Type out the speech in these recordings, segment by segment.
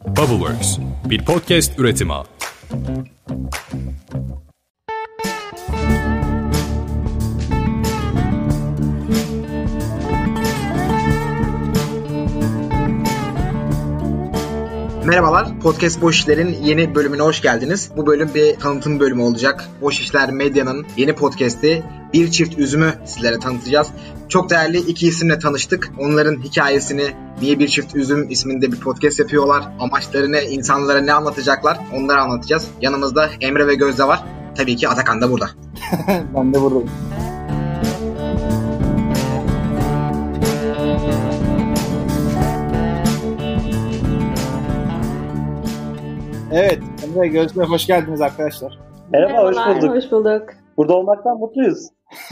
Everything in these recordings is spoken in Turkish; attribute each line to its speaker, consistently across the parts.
Speaker 1: Bubbleworks, bir podcast üretimi.
Speaker 2: Merhabalar, Podcast Boş İşler'in yeni bölümüne hoş geldiniz. Bu bölüm bir tanıtım bölümü olacak. Boş İşler Medya'nın yeni podcast'i Bir Çift Üzüm'ü sizlere tanıtacağız. Çok değerli iki isimle tanıştık. Onların hikayesini, niye Bir Çift Üzüm isminde bir podcast yapıyorlar, amaçlarını, insanlara ne anlatacaklar, onları anlatacağız. Yanımızda Emre ve Gözde var. Tabii ki Atakan da burada.
Speaker 3: Ben de buradayım. Evet, Emre, Gözde, hoş geldiniz arkadaşlar.
Speaker 4: Merhaba, hoş bulduk.
Speaker 5: Hoş bulduk.
Speaker 4: Burada olmaktan mutluyuz.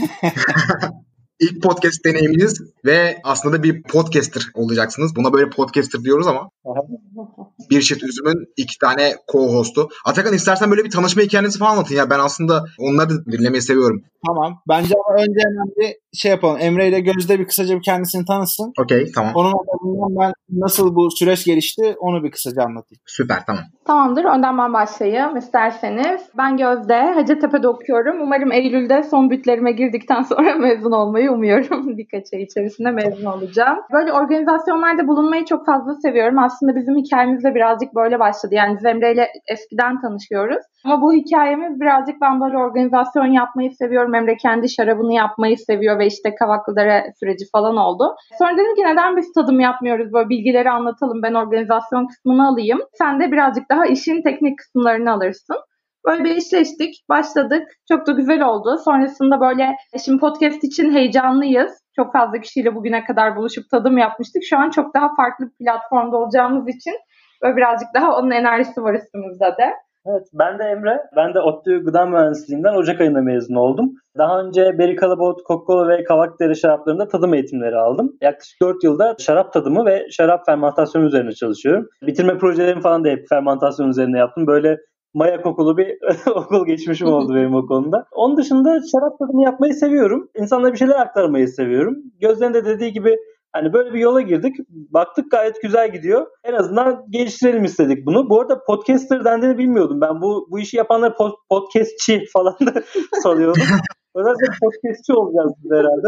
Speaker 2: İlk podcast deneyiminiz ve aslında bir podcaster olacaksınız. Buna böyle podcaster diyoruz ama Bir Çift Üzüm'ün iki tane co-host'u. Atakan, istersen böyle bir tanışma hikayenizi falan anlatın ya. Ben aslında onları da dinlemeyi seviyorum.
Speaker 3: Tamam. Bence ama önce hemen bir şey yapalım. Emre ile Gözde bir kısaca bir kendisini tanısın.
Speaker 2: Okey, tamam.
Speaker 3: Onun ardından ben nasıl bu süreç gelişti onu bir kısaca anlatayım.
Speaker 2: Süper, tamam.
Speaker 5: Tamamdır. Önden ben başlayayım isterseniz. Ben Gözde. Hacettepe'de okuyorum. Umarım Eylül'de son bütlerime girdikten sonra mezun olmayı umuyorum. Birkaç ay içerisinde mezun olacağım. Böyle organizasyonlarda bulunmayı çok fazla seviyorum. Aslında bizim hikayemiz de birazcık böyle başladı. Yani biz Emre ile eskiden tanışıyoruz. Ama bu hikayemiz birazcık ben böyle organizasyon yapmayı seviyorum. Emre kendi şarabını yapmayı seviyor ve işte Kavaklıdere süreci falan oldu. Sonra dedim ki neden biz tadım yapmıyoruz? Böyle bilgileri anlatalım. Ben organizasyon kısmını alayım. Sen de birazcık daha işin teknik kısımlarını alırsın. Böyle bir eşleştik, başladık. Çok da güzel oldu. Sonrasında böyle şimdi podcast için heyecanlıyız. Çok fazla kişiyle bugüne kadar buluşup tadım yapmıştık. Şu an çok daha farklı bir platformda olacağımız için böyle birazcık daha onun enerjisi var üstümüzde de.
Speaker 4: Evet, ben de Emre. Ben de ODTÜ Gıda Mühendisliğinden Ocak ayında mezun oldum. Daha önce Berry Callebaut, Coca-Cola ve Kavakdere şaraplarında tadım eğitimleri aldım. Yaklaşık 4 yılda şarap tadımı ve şarap fermentasyonu üzerine çalışıyorum. Bitirme projelerimi falan da hep fermentasyon üzerine yaptım. Böyle maya kokulu bir okul geçmişim oldu benim o konuda. Onun dışında şarap tadımı yapmayı seviyorum. İnsanlara bir şeyler aktarmayı seviyorum. Gözden de dediği gibi hani böyle bir yola girdik. Baktık gayet güzel gidiyor. En azından geliştirelim istedik bunu. Bu arada podcaster dendiğini bilmiyordum. Ben bu işi yapanları podcastçi falan da sanıyordum. Özellikle podcastçi olacağız biz herhalde.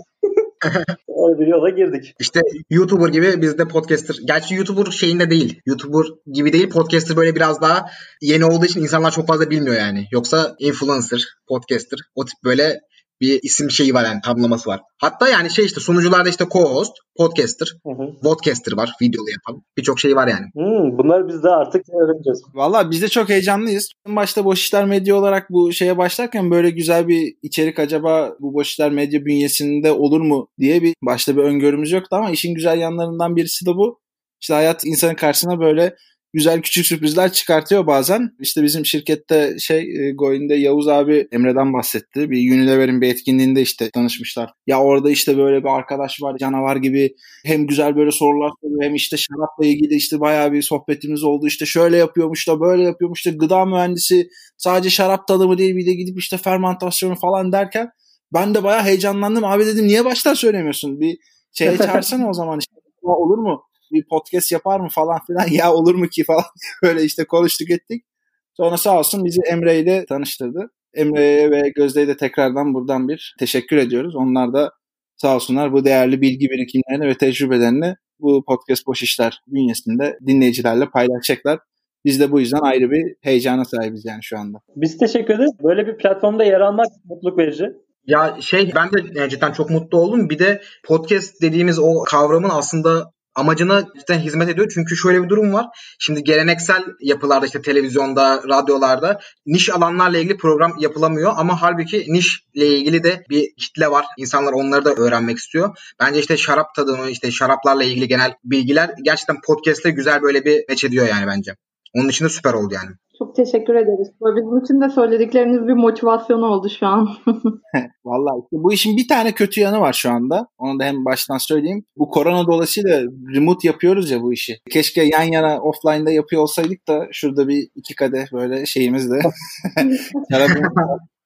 Speaker 4: Öyle bir yola girdik.
Speaker 2: İşte YouTuber gibi biz de podcaster. Gerçi YouTuber şeyinde değil. YouTuber gibi değil. Podcaster böyle biraz daha yeni olduğu için insanlar çok fazla bilmiyor yani. Yoksa influencer, podcaster o tip böyle bir isim şeyi var yani, tamlaması var. Hatta yani şey işte sunucularda işte co-host, podcaster, vodcaster var, videolu yapan. Birçok şey var yani.
Speaker 4: Bunları biz de artık öğreneceğiz.
Speaker 3: Valla biz de çok heyecanlıyız. En başta Boş İşler Medya olarak bu şeye başlarken böyle güzel bir içerik acaba bu Boş İşler Medya bünyesinde olur mu diye bir başta bir öngörümüz yoktu ama işin güzel yanlarından birisi de bu. İşte hayat insanın karşısına böyle güzel küçük sürprizler çıkartıyor bazen. İşte bizim şirkette Goin'de Yavuz abi Emre'den bahsetti. Bir Unilever'in bir etkinliğinde işte tanışmışlar. Ya orada işte böyle bir arkadaş var, canavar gibi. Hem güzel böyle sorular soruyor hem işte şarapla ilgili işte bayağı bir sohbetimiz oldu. İşte şöyle yapıyormuş da böyle yapıyormuş da gıda mühendisi sadece şarap tadımı değil bir de gidip işte fermentasyonu falan derken ben de bayağı heyecanlandım. Abi dedim niye baştan söylemiyorsun? Bir şeye çağırsana o zaman işte. Olur mu? Bir podcast yapar mı falan filan ya olur mu ki falan böyle işte konuştuk ettik. Sonra sağ olsun bizi Emre ile tanıştırdı. Emre'ye ve Gözde'ye de tekrardan buradan bir teşekkür ediyoruz. Onlar da sağ olsunlar bu değerli bilgi birikimlerini ve tecrübelerini bu podcast Boş İşler bünyesinde dinleyicilerle paylaşacaklar. Biz de bu yüzden ayrı bir heyecana sahibiz yani şu anda.
Speaker 4: Biz teşekkür ederiz. Böyle bir platformda yer almak mutluluk verici.
Speaker 2: Ya ben de cidden çok mutlu oldum. Bir de podcast dediğimiz o kavramın aslında amacına cidden hizmet ediyor. Çünkü şöyle bir durum var. Şimdi geleneksel yapılarda işte televizyonda, radyolarda niş alanlarla ilgili program yapılamıyor. Ama halbuki nişle ilgili de bir kitle var. İnsanlar onları da öğrenmek istiyor. Bence işte şarap tadımı, işte şaraplarla ilgili genel bilgiler gerçekten podcast'le güzel böyle bir meç ediyor yani bence. Onun için de süper oldu yani.
Speaker 5: Çok teşekkür ederiz. Bizim için de söyledikleriniz bir motivasyon oldu şu an.
Speaker 3: Vallahi işte bu işin bir tane kötü yanı var şu anda. Onu da hem baştan söyleyeyim. Bu korona dolayısıyla remote yapıyoruz ya bu işi. Keşke yan yana offline'da yapıyor olsaydık da şurada bir iki kadeh böyle şeyimizle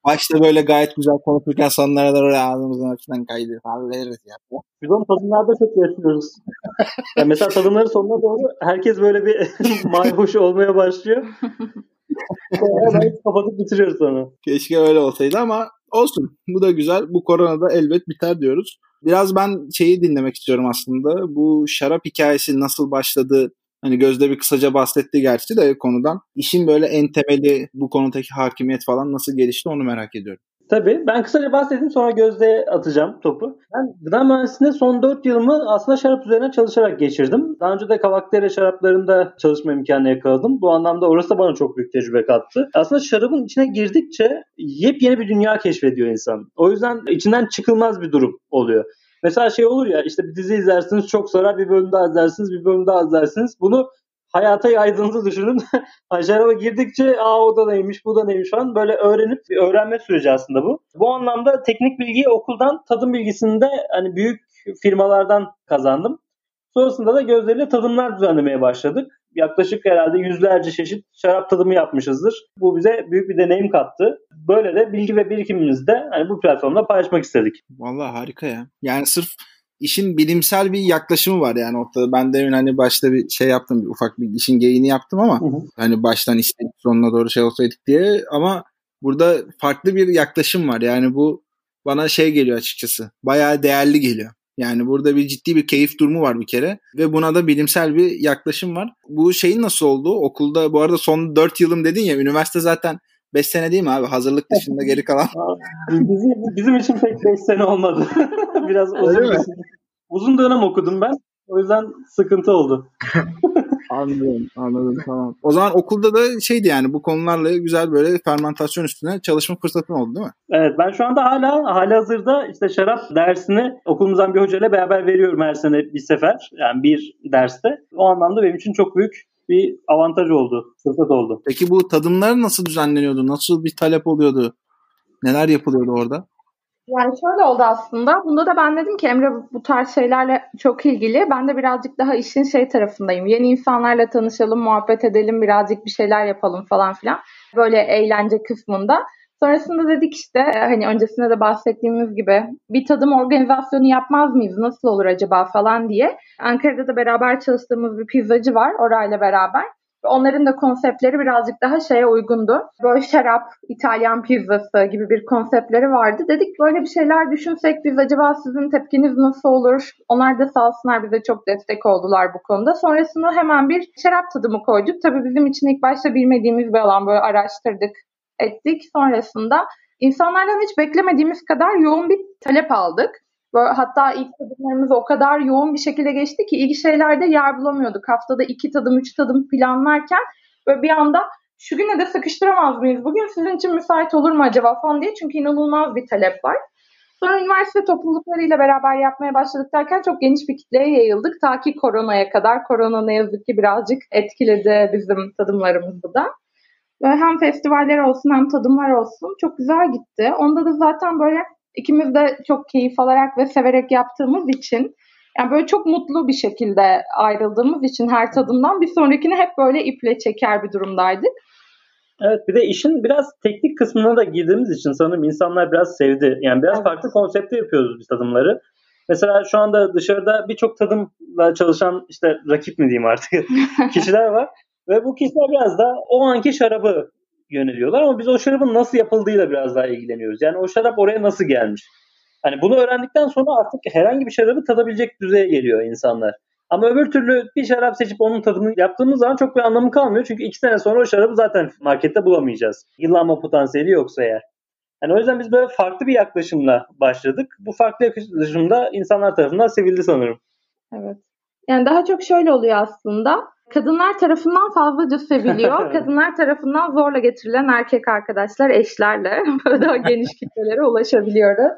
Speaker 3: Başta böyle gayet güzel konuşurken sonlara doğru ağzımızın hepsinden kaydı. Hallederiz ya.
Speaker 4: Biz onu tadımlarda çok yaşıyoruz. Yani mesela tadımların sonuna doğru herkes böyle bir mayhoş olmaya başlıyor. Sonra kapatıp bitiriyoruz sonra.
Speaker 3: Keşke öyle olsaydı ama olsun. Bu da güzel. Bu korona da elbet biter diyoruz. Biraz ben şeyi dinlemek istiyorum aslında. Bu şarap hikayesi nasıl başladı? Hani Gözde bir kısaca bahsetti gerçi de konudan. İşin böyle en temeli, bu konudaki hakimiyet falan nasıl gelişti onu merak ediyorum.
Speaker 4: Tabii. Ben kısaca bahsedeyim, sonra Gözde'ye atacağım topu. Ben gıda mühendisliğinde son 4 yılımı aslında şarap üzerine çalışarak geçirdim. Daha önce de Kavakdere şaraplarında çalışma imkanı yakaladım. Bu anlamda orası da bana çok büyük tecrübe kattı. Aslında şarabın içine girdikçe yepyeni bir dünya keşfediyor insan. O yüzden içinden çıkılmaz bir durum oluyor. Mesela şey olur ya, işte bir dizi izlersiniz, çok sarar, bir bölüm daha izlersiniz, bir bölüm daha izlersiniz. Bunu hayata yaydığınızı düşünün. Şaraba girdikçe o da neymiş, bu da neymiş falan böyle öğrenip öğrenme süreci aslında bu. Bu anlamda teknik bilgiyi okuldan, tadım bilgisini de hani büyük firmalardan kazandım. Sonrasında da Gözde'yle tadımlar düzenlemeye başladık. Yaklaşık herhalde yüzlerce çeşit şarap tadımı yapmışızdır. Bu bize büyük bir deneyim kattı. Böyle de bilgi ve birikimimizi de hani bu platformda paylaşmak istedik.
Speaker 3: Vallahi harika ya. Yani sırf işin bilimsel bir yaklaşımı var yani ortada. Ben demin hani başta bir şey yaptım, bir ufak bir işin geyiğini yaptım ama hani baştan işte sonuna doğru şey olsaydık diye, ama burada farklı bir yaklaşım var. Yani bu bana şey geliyor açıkçası. Bayağı değerli geliyor. Yani burada bir ciddi bir keyif durumu var bir kere ve buna da bilimsel bir yaklaşım var. Bu şeyin nasıl oldu? Okulda bu arada son 4 yılım dedin ya, üniversite zaten 5 sene değil mi abi? Hazırlık dışında geri kalan.
Speaker 4: Bizim için pek 5 sene olmadı. Biraz uzun dönem okudum ben. O yüzden sıkıntı oldu.
Speaker 3: Anladım tamam. O zaman okulda da şeydi yani, bu konularla güzel böyle fermentasyon üstüne çalışma fırsatın oldu değil mi?
Speaker 4: Evet, ben şu anda halihazırda işte şarap dersini okulumuzdan bir hocayla beraber veriyorum her sene bir sefer. Yani bir derste. O anlamda benim için çok büyük bir avantaj oldu, fırsat oldu.
Speaker 3: Peki bu tadımlar nasıl düzenleniyordu? Nasıl bir talep oluyordu? Neler yapılıyordu orada?
Speaker 5: Yani şöyle oldu aslında. Bunda da ben dedim ki Emre bu tarz şeylerle çok ilgili. Ben de birazcık daha işin şey tarafındayım. Yeni insanlarla tanışalım, muhabbet edelim, birazcık bir şeyler yapalım falan filan. Böyle eğlence kısmında. Sonrasında dedik işte hani öncesinde de bahsettiğimiz gibi bir tadım organizasyonu yapmaz mıyız? Nasıl olur acaba falan diye. Ankara'da da beraber çalıştığımız bir pizzacı var orayla beraber. Onların da konseptleri birazcık daha şeye uygundu. Böyle şarap, İtalyan pizzası gibi bir konseptleri vardı. Dedik böyle bir şeyler düşünsek biz, acaba sizin tepkiniz nasıl olur? Onlar da sağ olsunlar bize çok destek oldular bu konuda. Sonrasında hemen bir şarap tadımı koyduk. Tabii bizim için ilk başta bilmediğimiz bir alan, böyle araştırdık, ettik. Sonrasında insanlardan hiç beklemediğimiz kadar yoğun bir talep aldık. Böyle, hatta ilk tadımlarımız o kadar yoğun bir şekilde geçti ki ilk şeylerde yer bulamıyorduk. Haftada 2 tadım, 3 tadım planlarken böyle bir anda şu güne de sıkıştıramaz mıyız? Bugün sizin için müsait olur mu acaba falan diye. Çünkü inanılmaz bir talep var. Sonra üniversite topluluklarıyla beraber yapmaya başladık derken çok geniş bir kitleye yayıldık. Ta ki koronaya kadar. Korona ne yazık ki birazcık etkiledi bizim tadımlarımızı da. Böyle hem festivaller olsun hem tadımlar olsun çok güzel gitti. Onda da zaten böyle İkimiz de çok keyif alarak ve severek yaptığımız için, yani böyle çok mutlu bir şekilde ayrıldığımız için her tadımdan bir sonrakini hep böyle iple çeker bir durumdaydık.
Speaker 4: Evet, bir de işin biraz teknik kısmına da girdiğimiz için sanırım insanlar biraz sevdi. Yani biraz farklı konsepte yapıyoruz biz tadımları. Mesela şu anda dışarıda birçok tadımla çalışan işte rakip mi diyeyim artık kişiler var. Ve bu kişiler biraz da o anki şarabı yöneliyorlar ama biz o şarabın nasıl yapıldığıyla biraz daha ilgileniyoruz. Yani o şarap oraya nasıl gelmiş? Hani bunu öğrendikten sonra artık herhangi bir şarabı tadabilecek düzeye geliyor insanlar. Ama öbür türlü bir şarap seçip onun tadını yaptığımız zaman çok bir anlamı kalmıyor. Çünkü 2 sene sonra o şarabı zaten markette bulamayacağız. Yıllanma potansiyeli yoksa eğer. Yani o yüzden biz böyle farklı bir yaklaşımla başladık. Bu farklı yaklaşımda insanlar tarafından sevildi sanırım.
Speaker 5: Evet. Yani daha çok şöyle oluyor aslında. Kadınlar tarafından fazlaca seviliyor. Kadınlar tarafından zorla getirilen erkek arkadaşlar, eşlerle böyle daha geniş kitlelere ulaşabiliyoruz.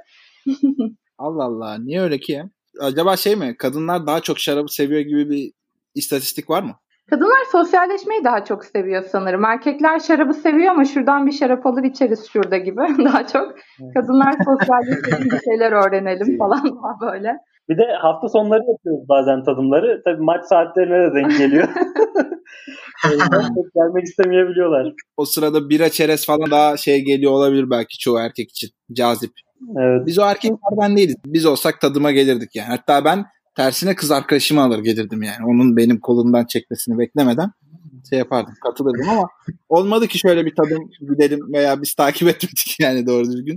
Speaker 3: Allah Allah. Niye öyle ki ya? Acaba şey mi? Kadınlar daha çok şarabı seviyor gibi bir istatistik var mı?
Speaker 5: Kadınlar sosyalleşmeyi daha çok seviyor sanırım. Erkekler şarabı seviyor ama şuradan bir şarap alır içeriz şurada gibi daha çok. Kadınlar sosyalleşelim, bir şeyler öğrenelim falan böyle.
Speaker 4: Bir de hafta sonları yapıyoruz bazen tadımları. Tabii maç saatlerine de denk geliyor. O yüzden çok gelmek istemeyebiliyorlar.
Speaker 3: O sırada bira çerez falan daha geliyor olabilir belki çoğu erkek için. Cazip.
Speaker 4: Evet.
Speaker 3: Biz o erkeklerden değiliz. Biz olsak tadıma gelirdik yani. Hatta ben tersine kız arkadaşımı alır gelirdim yani. Onun benim kolumdan çekmesini beklemeden yapardım, katılırdım ama olmadı ki şöyle bir tadım gidelim veya biz takip etmedik yani doğru düzgün.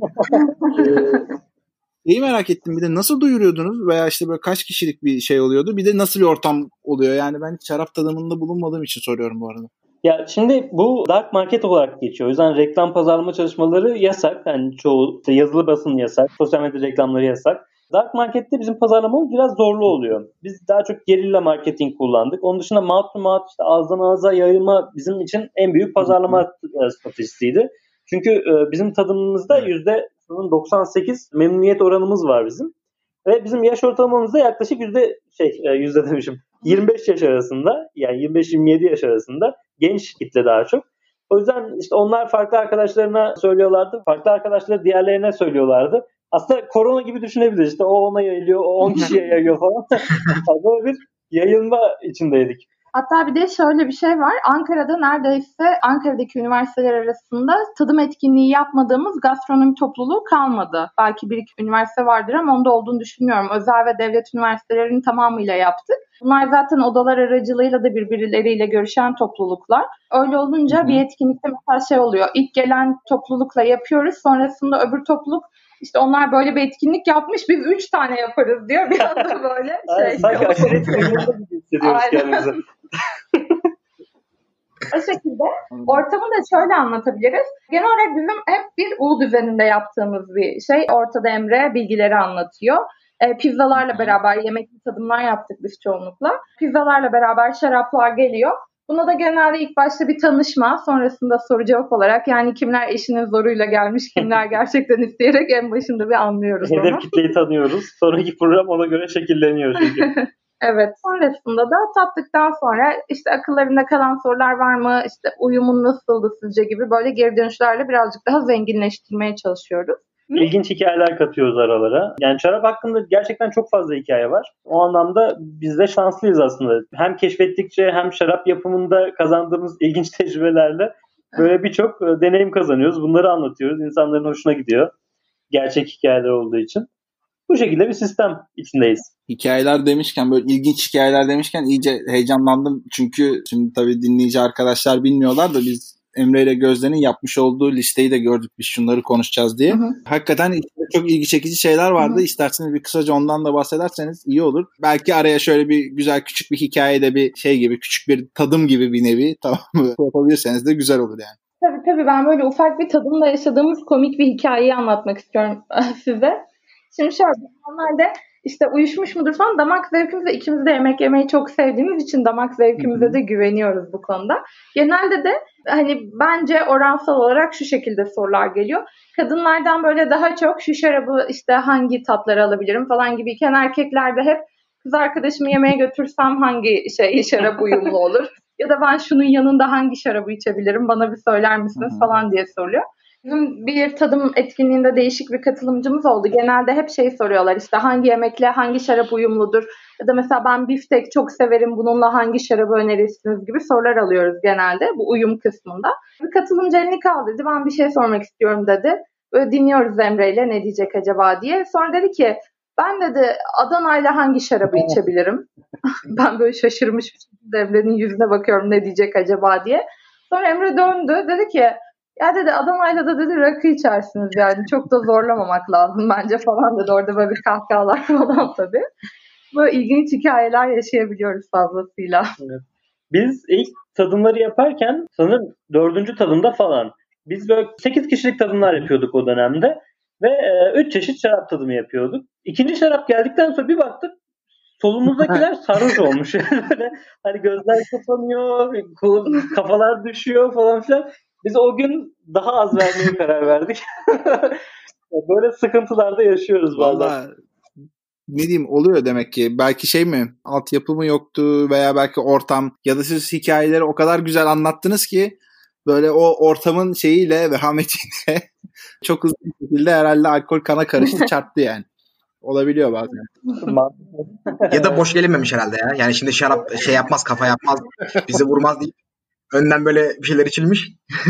Speaker 3: Neyi merak ettim bir de nasıl duyuruyordunuz veya işte böyle kaç kişilik bir oluyordu, bir de nasıl bir ortam oluyor yani ben şarap tadımında bulunmadığım için soruyorum bu arada.
Speaker 4: Ya şimdi bu dark market olarak geçiyor. O yüzden reklam pazarlama çalışmaları yasak. Yani çoğu yazılı basın yasak, sosyal medya reklamları yasak. Dark markette bizim pazarlamamız biraz zorlu oluyor. Biz daha çok gerilla marketing kullandık. Onun dışında mouth to mouth, işte ağızdan ağza yayılma bizim için en büyük pazarlama stratejisiydi. Çünkü bizim tadımımızda %98 memnuniyet oranımız var bizim. Ve bizim yaş ortalamamız da yaklaşık yüzde demişim. 25 yaş arasında, yani 25-27 yaş arasında genç kitle daha çok. O yüzden işte onlar farklı arkadaşlarına söylüyorlardı. Farklı arkadaşları diğerlerine söylüyorlardı. Aslında korona gibi düşünebiliriz. İşte o ona yayılıyor, o 10 kişiye yayıyor falan. Böyle bir yayılma içindeydik.
Speaker 5: Hatta bir de şöyle bir şey var. Ankara'da neredeyse Ankara'daki üniversiteler arasında tadım etkinliği yapmadığımız gastronomi topluluğu kalmadı. Belki bir iki üniversite vardır ama onda olduğunu düşünmüyorum. Özel ve devlet üniversitelerinin tamamıyla yaptık. Bunlar zaten odalar aracılığıyla da birbirleriyle görüşen topluluklar. Öyle olunca bir etkinlikte mesela oluyor. İlk gelen toplulukla yapıyoruz. Sonrasında öbür topluluk İşte onlar böyle bir etkinlik yapmış, biz 3 tane yaparız diyor. Bir anda böyle
Speaker 4: sanki aşiret uyumunda gibi hissediyoruz kendimizi.
Speaker 5: O şekilde ortamı da şöyle anlatabiliriz. Genel olarak bizim hep bir U düzeninde yaptığımız bir şey. Ortada Emre bilgileri anlatıyor. Pizzalarla beraber yemekli tadımlar yaptık biz çoğunlukla. Pizzalarla beraber şaraplar geliyor. Buna da genelde ilk başta bir tanışma, sonrasında soru cevap olarak, yani kimler eşinin zoruyla gelmiş, kimler gerçekten isteyerek, en başında bir anlıyoruz onu.
Speaker 4: Hedef kitleyi tanıyoruz. Sonraki program ona göre şekilleniyor çünkü.
Speaker 5: Evet, sonrasında da tattıktan sonra işte akıllarında kalan sorular var mı, işte uyumun nasıldı sizce gibi böyle geri dönüşlerle birazcık daha zenginleştirmeye çalışıyoruz.
Speaker 4: İlginç hikayeler katıyoruz aralara. Yani şarap hakkında gerçekten çok fazla hikaye var. O anlamda biz de şanslıyız aslında. Hem keşfettikçe hem şarap yapımında kazandığımız ilginç tecrübelerle böyle birçok deneyim kazanıyoruz. Bunları anlatıyoruz. İnsanların hoşuna gidiyor. Gerçek hikayeler olduğu için. Bu şekilde bir sistem içindeyiz.
Speaker 3: Hikayeler demişken, böyle ilginç hikayeler demişken iyice heyecanlandım. Çünkü şimdi tabii dinleyici arkadaşlar bilmiyorlar da biz Emre ile Gözde'nin yapmış olduğu listeyi de gördük, biz şunları konuşacağız diye. Hakikaten çok ilgi çekici şeyler vardı. İsterseniz bir kısaca ondan da bahsederseniz iyi olur. Belki araya şöyle bir güzel küçük bir hikaye de bir gibi, küçük bir tadım gibi bir nevi, tamam mı? Yapabilirseniz de güzel olur yani.
Speaker 5: Tabii ben böyle ufak bir tadımla yaşadığımız komik bir hikayeyi anlatmak istiyorum size. Şimdi şöyle, normalde işte uyuşmuş mudur falan, damak zevkimizle ikimiz de yemek yemeyi çok sevdiğimiz için damak zevkimize de güveniyoruz bu konuda. Genelde de hani bence oransal olarak şu şekilde sorular geliyor. Kadınlardan böyle daha çok şu şarabı işte hangi tatları alabilirim falan gibiyken, erkeklerde hep kız arkadaşımı yemeğe götürsem hangi şarap uyumlu olur? Ya da ben şunun yanında hangi şarabı içebilirim, bana bir söyler misiniz falan diye soruluyor. Bizim bir tadım etkinliğinde değişik bir katılımcımız oldu. Genelde hep soruyorlar, işte hangi yemekle hangi şarap uyumludur? Ya da mesela ben biftek çok severim, bununla hangi şarabı önerirsiniz gibi sorular alıyoruz genelde bu uyum kısmında. Bir katılımcı elini kaldırdı, ben bir şey sormak istiyorum dedi. Böyle dinliyoruz Emre'yle, ne diyecek acaba diye. Sonra dedi ki, ben dedi Adana'yla hangi şarabı içebilirim? Ben böyle şaşırmış bir şekilde Emre'nin yüzüne bakıyorum, ne diyecek acaba diye. Sonra Emre döndü, dedi ki, ya dedi Adana'yla da dedi rakı içersiniz, yani çok da zorlamamak lazım bence falan dedi. Orada böyle bir kahkahalar falan tabii. Böyle ilginç hikayeler yaşayabiliyoruz fazlasıyla.
Speaker 4: Evet. Biz ilk tadımları yaparken sanırım 4. tadımda falan biz böyle 8 kişilik tadımlar yapıyorduk o dönemde ve 3 çeşit şarap tadımı yapıyorduk. İkinci şarap geldikten sonra bir baktık solumuzdakiler sarhoş olmuş. Böyle, hani gözler kapanıyor, kafalar düşüyor falan filan. Biz o gün daha az vermeye karar verdik. Böyle sıkıntılar da yaşıyoruz bazen.
Speaker 3: Vallahi ne diyeyim, oluyor demek ki. Belki altyapı mı yoktu veya belki ortam, ya da siz hikayeleri o kadar güzel anlattınız ki böyle o ortamın vehametiyle çok hızlı bir şekilde herhalde alkol kana karıştı, çarptı yani. Olabiliyor bazen.
Speaker 2: Ya da boş gelinmemiş herhalde ya. Yani şimdi şarap yapmaz, kafa yapmaz, bizi vurmaz deyip Önden böyle bir şeyler içilmiş.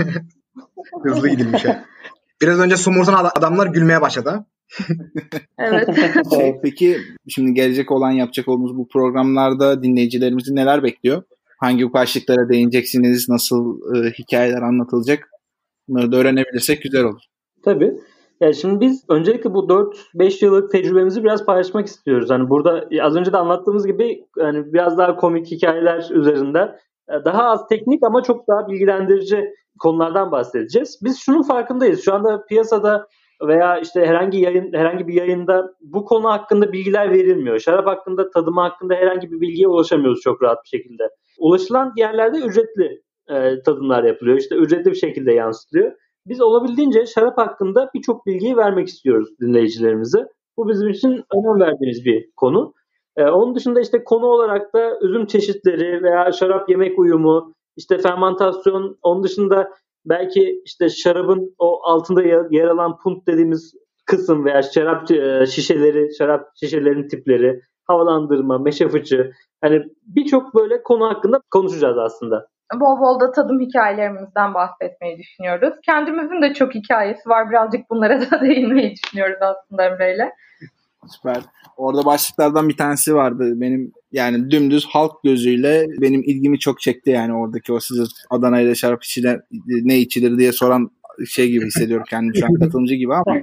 Speaker 2: Hızlı gidilmiş yani. Biraz önce somurtan adamlar gülmeye başladı.
Speaker 5: Evet.
Speaker 3: Peki şimdi gelecek olan yapacak olduğumuz bu programlarda dinleyicilerimizi neler bekliyor? Hangi başlıklara değineceksiniz? Nasıl hikayeler anlatılacak? Bunları da öğrenebilirsek güzel olur.
Speaker 4: Tabii. Yani şimdi biz öncelikle bu 4-5 yıllık tecrübemizi biraz paylaşmak istiyoruz. Hani burada az önce de anlattığımız gibi yani biraz daha komik hikayeler üzerinde daha az teknik ama çok daha bilgilendirici konulardan bahsedeceğiz. Biz şunun farkındayız. Şu anda piyasada veya işte herhangi bir yayında bu konu hakkında bilgiler verilmiyor. Şarap hakkında, tadımı hakkında herhangi bir bilgiye ulaşamıyoruz çok rahat bir şekilde. Ulaşılan yerlerde ücretli tadımlar yapılıyor. İşte ücretli bir şekilde yansıtılıyor. Biz olabildiğince şarap hakkında birçok bilgiyi vermek istiyoruz dinleyicilerimize. Bu bizim için önem verdiğimiz bir konu. Onun dışında işte konu olarak da üzüm çeşitleri veya şarap yemek uyumu, işte fermantasyon, onun dışında belki işte şarabın o altında yer alan punt dediğimiz kısım veya şarap şişeleri, şarap şişelerinin tipleri, havalandırma, meşe fıçı, hani birçok böyle konu hakkında konuşacağız aslında.
Speaker 5: Bol bol da tadım hikayelerimizden bahsetmeyi düşünüyoruz. Kendimizin de çok hikayesi var. Birazcık bunlara da değinmeyi düşünüyoruz aslında Emre'yle.
Speaker 3: Süper. Orada başlıklardan bir tanesi vardı. Benim yani dümdüz halk gözüyle benim ilgimi çok çekti yani oradaki o size Adana ile şarap içilir ne içilir diye soran şey gibi hissediyorum kendimi şu an katılımcı gibi ama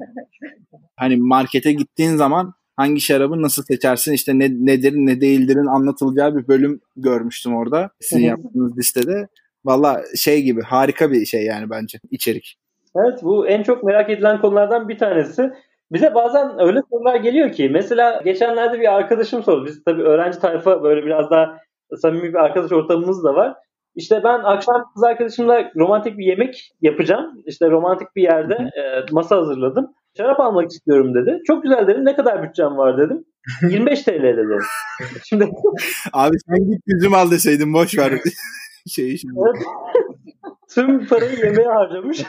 Speaker 3: hani markete gittiğin zaman hangi şarabı nasıl seçersin işte nedir ne değildirin anlatılacağı bir bölüm görmüştüm orada sizin yaptığınız listede. Valla şey gibi harika bir şey yani bence içerik.
Speaker 4: Evet, bu en çok merak edilen konulardan bir tanesi. Bize bazen öyle sorular geliyor ki mesela geçenlerde bir arkadaşım sordu. Biz tabii öğrenci tayfa böyle biraz daha samimi bir arkadaş ortamımız da var. İşte ben akşam kız arkadaşımla romantik bir yemek yapacağım. İşte romantik bir yerde masa hazırladım. Şarap almak istiyorum dedi. Çok güzel dedim. Ne kadar bütçem var dedim. 25 TL dedi. Şimdi
Speaker 3: abi sen git üzüm al deseydin boş ver. Evet.
Speaker 4: Tüm parayı yemeğe harcamış.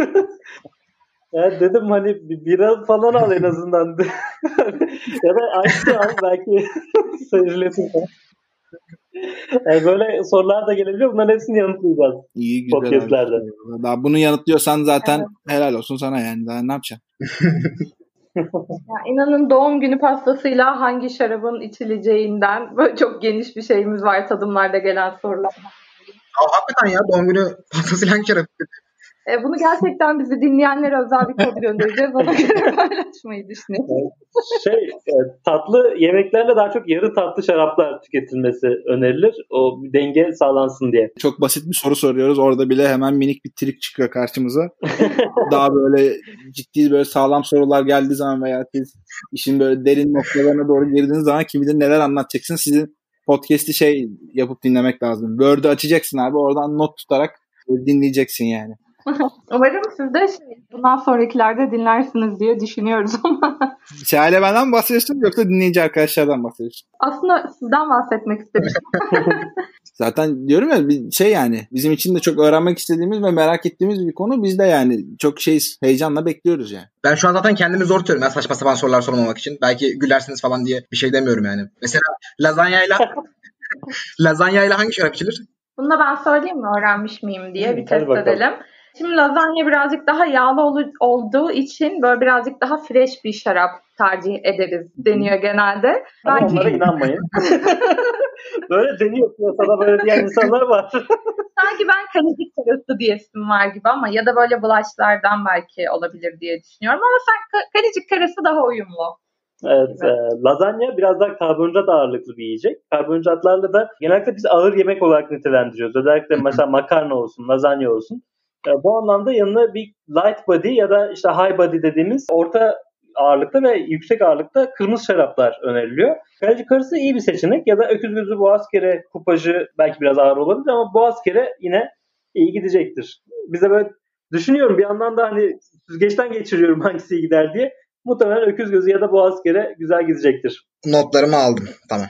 Speaker 4: Ya dedim hani bira falan al en azından. Ya da açtı al belki seyirlesin falan. Yani böyle sorular da gelebiliyor. Bunların hepsini yanıtlayacağız.
Speaker 3: İyi güzel.
Speaker 4: Podcastlerde.
Speaker 3: Daha bunu yanıtlıyorsan zaten helal olsun sana yani. Daha ne yapacaksın?
Speaker 5: Ya inanın doğum günü pastasıyla hangi şarabın içileceğinden böyle çok geniş bir şeyimiz var tadımlarda gelen sorular.
Speaker 2: Hakikaten ya doğum günü pastasıyla hangi şarap?
Speaker 5: Bunu gerçekten bizi dinleyenlere özel bir kod göndereceğiz. Ona göre paylaşmayı düşünüyorum.
Speaker 4: Tatlı yemeklerle daha çok yarı tatlı şaraplar tüketilmesi önerilir. O denge sağlansın diye.
Speaker 3: Çok basit bir soru soruyoruz. Orada bile hemen minik bir trik çıkıyor karşımıza. Daha böyle ciddi böyle sağlam sorular geldiği zaman veya siz işin böyle derin noktalarına doğru girdiğiniz zaman kim bilir neler anlatacaksın. Sizin podcast'i şey yapıp dinlemek lazım. Word'ü açacaksın abi. Oradan not tutarak dinleyeceksin yani.
Speaker 5: Umarım siz de bundan sonrakilerde dinlersiniz diye düşünüyoruz ama.
Speaker 3: Şahane benden mi bahsediyorsun yoksa dinleyici arkadaşlardan bahsediyorsun?
Speaker 5: Aslında sizden bahsetmek istemiştim.
Speaker 3: Zaten diyorum ya bir şey yani bizim için de çok öğrenmek istediğimiz ve merak ettiğimiz bir konu. Biz de yani çok heyecanla bekliyoruz yani.
Speaker 2: Ben şu an zaten kendimi zor tutuyorum. Ben saçma sapan sorular sormamak için. Belki gülersiniz falan diye bir şey demiyorum yani. Mesela lazanyayla hangi şarap içilir?
Speaker 5: Bunu da ben söyleyeyim mi öğrenmiş miyim diye bir test edelim. Şimdi lazanya birazcık daha yağlı olduğu için böyle birazcık daha fresh bir şarap tercih ederiz deniyor genelde.
Speaker 4: Ama onlara inanmayın. Böyle deniyor piyasada böyle diyen insanlar var.
Speaker 5: Sanki ben kanicik karası diyesim var gibi ama ya da böyle blushlardan belki olabilir diye düşünüyorum ama sen kanicik karası daha uyumlu.
Speaker 4: Evet, lazanya biraz daha karbonhidrat ağırlıklı bir yiyecek. Karbonhidratlarla da genellikle biz ağır yemek olarak nitelendiriyoruz. Özellikle mesela makarna olsun, lazanya olsun. Bu anlamda yanına bir light body ya da işte high body dediğimiz orta ağırlıkta ve yüksek ağırlıkta kırmızı şaraplar öneriliyor. Kalecik karısı iyi bir seçenek ya da öküz gözü boğazkere kupajı belki biraz ağır olabilir ama boğazkere yine iyi gidecektir. Bize böyle düşünüyorum bir yandan da hani süzgeçten geçiriyorum hangisi iyi gider diye. Muhtemelen öküz gözü ya da boğazkere güzel gidecektir.
Speaker 2: Notlarımı aldım. Tamam.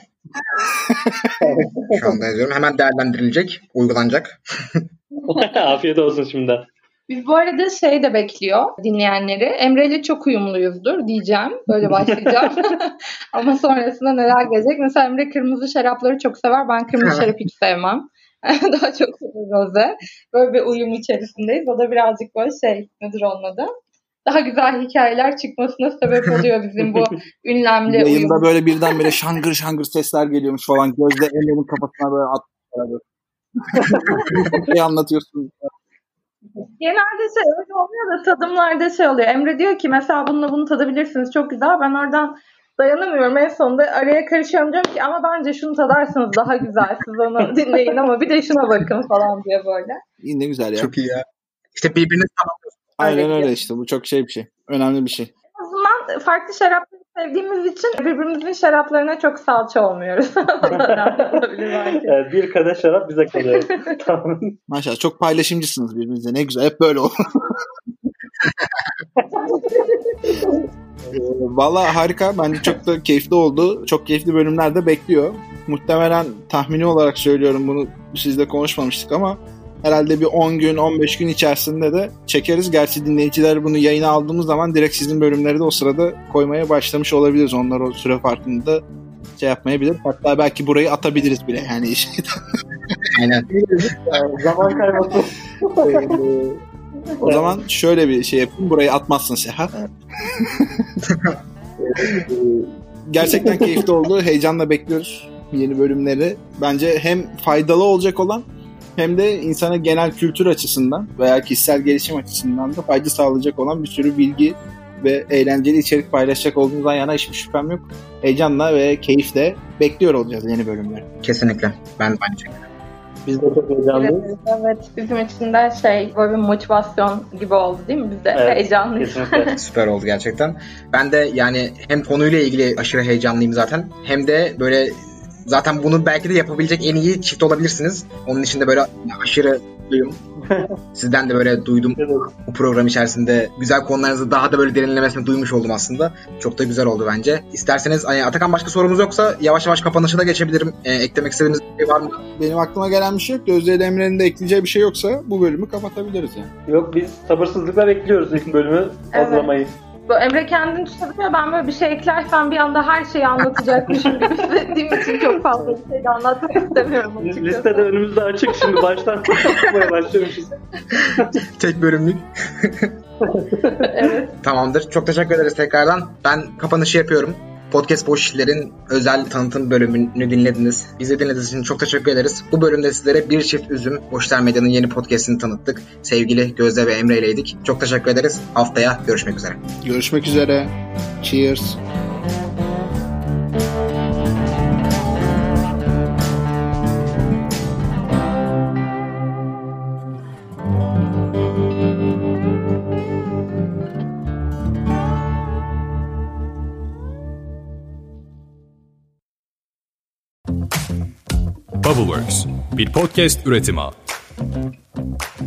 Speaker 2: Şu anda yazıyorum. Hemen değerlendirilecek, uygulanacak.
Speaker 4: Afiyet olsun şimdiden.
Speaker 5: Biz bu arada şey de bekliyor dinleyenleri. Emre'yle çok uyumluyuzdur diyeceğim. Böyle başlayacağım. Ama sonrasında neler gelecek? Mesela Emre kırmızı şarapları çok sever. Ben kırmızı şarap hiç sevmem. Daha çok Rose. Böyle bir uyum içerisindeyiz. O da birazcık böyle nedir onun adı? Daha güzel hikayeler çıkmasına sebep oluyor bizim bu ünlemli uyum.
Speaker 3: Yayında böyle birdenbire şangır şangır sesler geliyormuş falan. Gözde Emre'nin kafasına böyle atıyor. Ne anlatıyorsun?
Speaker 5: Genelde öyle oluyor da tadımlarda oluyor. Emre diyor ki mesela bununla bunu tadabilirsiniz. Çok güzel. Ben oradan dayanamıyorum. En sonunda araya karışıyorum, diyorum ki ama bence şunu tadarsınız daha güzel. Siz onu dinleyin ama bir de şuna bakın falan diye böyle.
Speaker 3: İyi, ne güzel ya.
Speaker 2: Çok iyi ya. İşte birbirinizi tamamlıyorsunuz.
Speaker 3: Aynen öyle işte. Bu çok bir şey. Önemli bir şey.
Speaker 5: O zaman farklı şarapları sevdiğimiz için birbirimizin şaraplarına çok salça olmuyoruz.
Speaker 4: Evet, bir kadeh şarap bize kalıyor. Tamam.
Speaker 3: Maşallah çok paylaşımcısınız birbirinizle. Ne güzel. Hep böyle olur. Vallahi harika. Bence çok da keyifli oldu. Çok keyifli bölümler de bekliyor. Muhtemelen tahmini olarak söylüyorum, bunu sizle konuşmamıştık ama herhalde bir 10 gün 15 gün içerisinde de çekeriz. Gerçi dinleyiciler bunu yayına aldığımız zaman direkt sizin bölümleri de o sırada koymaya başlamış olabiliriz. Onlar o süre farkında yapmayabilir. Hatta belki burayı atabiliriz bile. Yani
Speaker 2: Aynen.
Speaker 4: Zaman kayması.
Speaker 3: O zaman şöyle bir şey yapayım. Burayı atmazsın Seha. Gerçekten keyifli oldu. Heyecanla bekliyoruz yeni bölümleri. Bence hem faydalı olacak olan hem de insana genel kültür açısından veya kişisel gelişim açısından da fayda sağlayacak olan bir sürü bilgi ve eğlenceli içerik paylaşacak olduğunuzdan yana hiçbir şüphem yok. Heyecanla ve keyifle bekliyor olacağız yeni bölümleri.
Speaker 2: Kesinlikle. Ben de aynı şekilde.
Speaker 4: Biz de çok heyecanlıyız.
Speaker 5: Evet, bizim için de böyle bir motivasyon gibi oldu değil mi? Biz de heyecanlıyız.
Speaker 2: Süper oldu gerçekten. Ben de yani hem konuyla ilgili aşırı heyecanlıyım zaten. Hem de böyle zaten bunu belki de yapabilecek en iyi çift olabilirsiniz. Onun için de böyle aşırı duyum. Sizden de böyle duydum.
Speaker 4: Evet.
Speaker 2: Bu program içerisinde güzel konularınızı daha da böyle derinlemesine duymuş oldum aslında. Çok da güzel oldu bence. İsterseniz Atakan, başka sorumuz yoksa yavaş yavaş kapanışa da geçebilirim. Eklemek istediğiniz bir şey var mı?
Speaker 3: Benim aklıma gelen bir şey yok. Gözde ile Emre'nin de ekleyeceği bir şey yoksa bu bölümü kapatabiliriz yani.
Speaker 4: Yok, biz sabırsızlıkla bekliyoruz ilk bölümü hazırlamayı.
Speaker 5: Emre kendini tutabiliyor. Ben böyle bir şey eklersem bir anda her şeyi anlatacakmışım gibi hissettiğim için çok fazla bir şey de anlatmak istemiyorum.
Speaker 4: Listede önümüzde açık, şimdi baştan konuşmaya başlamışız.
Speaker 2: Tek bölümlük.
Speaker 5: Evet.
Speaker 2: Tamamdır. Çok teşekkür ederiz tekrardan. Ben kapanışı yapıyorum. Podcast Boş İşler'in özel tanıtım bölümünü dinlediniz. Bizi dinlediğiniz için çok teşekkür ederiz. Bu bölümde sizlere Bir Çift Üzüm, Boş İşler Medya'nın yeni podcastini tanıttık. Sevgili Gözde ve Emre ileydik. Çok teşekkür ederiz. Haftaya görüşmek üzere.
Speaker 3: Görüşmek üzere. Cheers.
Speaker 1: Bubbleworks, bir podcast üretimi.